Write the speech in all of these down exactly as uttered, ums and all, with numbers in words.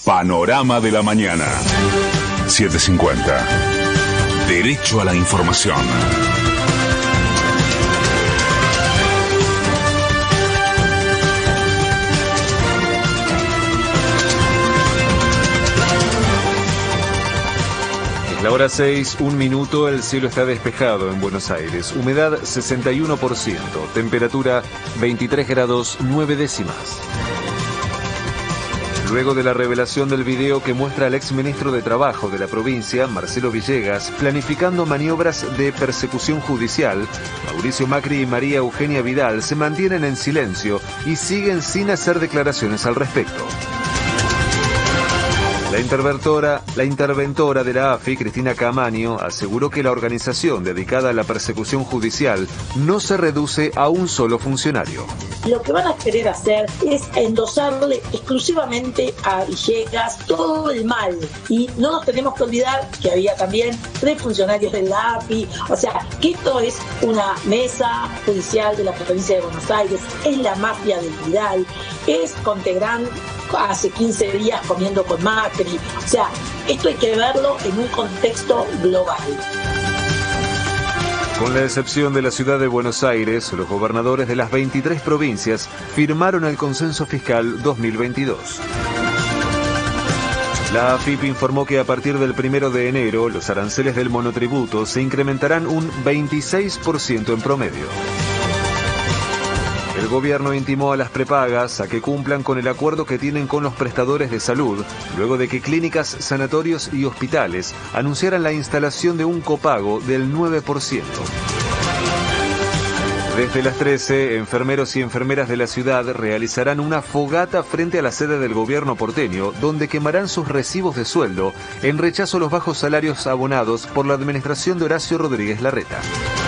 Panorama de la mañana. siete cincuenta. Derecho a la información. La hora seis, un minuto, el cielo está despejado en Buenos Aires. Humedad sesenta y uno por ciento, temperatura veintitrés grados nueve décimas. Luego de la revelación del video que muestra al exministro de Trabajo de la provincia, Marcelo Villegas, planificando maniobras de persecución judicial, Mauricio Macri y María Eugenia Vidal se mantienen en silencio y siguen sin hacer declaraciones al respecto. La interventora, la interventora de la A F I, Cristina Camaño, aseguró que la organización dedicada a la persecución judicial no se reduce a un solo funcionario. Lo que van a querer hacer es endosarle exclusivamente a Villegas todo el mal. Y no nos tenemos que olvidar que había también tres funcionarios de la A F I. O sea, que esto es una mesa judicial de la provincia de Buenos Aires, es la mafia del Vidal, es Contegrán hace quince días comiendo con Macri. O sea, esto hay que verlo en un contexto global. Con la excepción de la ciudad de Buenos Aires, los gobernadores de las veintitrés provincias firmaron el Consenso Fiscal dos mil veintidós. La A F I P informó que a partir del primero de enero, los aranceles del monotributo se incrementarán un veintiséis por ciento en promedio. El gobierno intimó a las prepagas a que cumplan con el acuerdo que tienen con los prestadores de salud, luego de que clínicas, sanatorios y hospitales anunciaran la instalación de un copago del nueve por ciento. Desde las trece, enfermeros y enfermeras de la ciudad realizarán una fogata frente a la sede del gobierno porteño, donde quemarán sus recibos de sueldo en rechazo a los bajos salarios abonados por la administración de Horacio Rodríguez Larreta.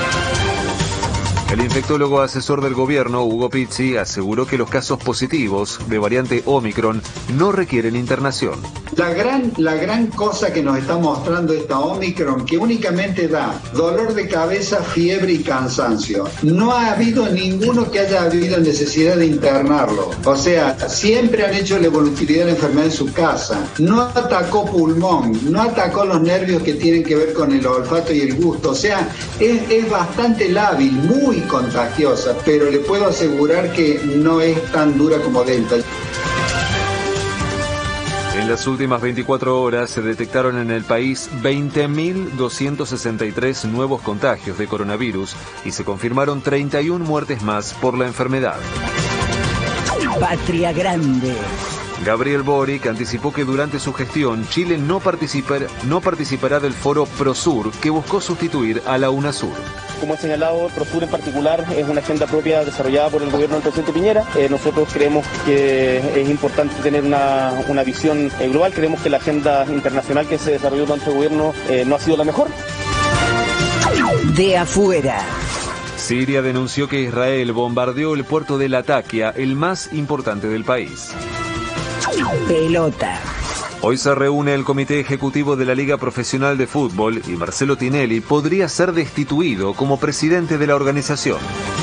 El infectólogo asesor del gobierno, Hugo Pizzi, aseguró que los casos positivos de variante Omicron no requieren internación. La gran, la gran cosa que nos está mostrando esta Omicron, que únicamente da dolor de cabeza, fiebre y cansancio. No ha habido ninguno que haya habido necesidad de internarlo. O sea, siempre han hecho la evolutividad de la enfermedad en su casa. No atacó pulmón, no atacó los nervios que tienen que ver con el olfato y el gusto. O sea, es, es bastante lábil, muy contagiosa, pero le puedo asegurar que no es tan dura como Delta. En las últimas veinticuatro horas se detectaron en el país veinte mil doscientos sesenta y tres nuevos contagios de coronavirus y se confirmaron treinta y una muertes más por la enfermedad. Patria Grande. Gabriel Boric anticipó que durante su gestión Chile no, participar, no participará del foro Prosur que buscó sustituir a la UNASUR. Como he señalado, Prosur en particular es una agenda propia desarrollada por el gobierno del presidente Piñera. Eh, nosotros creemos que es importante tener una, una visión eh, global. Creemos que la agenda internacional que se desarrolló durante el gobierno eh, no ha sido la mejor. De afuera. Siria denunció que Israel bombardeó el puerto de Latakia, el más importante del país. Pelota. Hoy se reúne el Comité Ejecutivo de la Liga Profesional de Fútbol y Marcelo Tinelli podría ser destituido como presidente de la organización.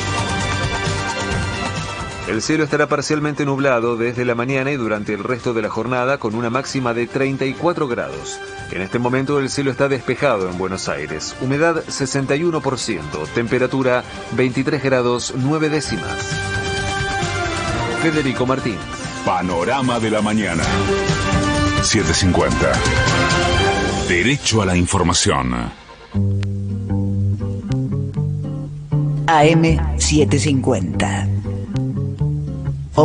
El cielo estará parcialmente nublado desde la mañana y durante el resto de la jornada con una máxima de treinta y cuatro grados. En este momento el cielo está despejado en Buenos Aires. Humedad sesenta y uno por ciento, temperatura veintitrés grados nueve décimas. Federico Martín. Panorama de la mañana. siete cincuenta. Derecho a la información. A M setecientos cincuenta.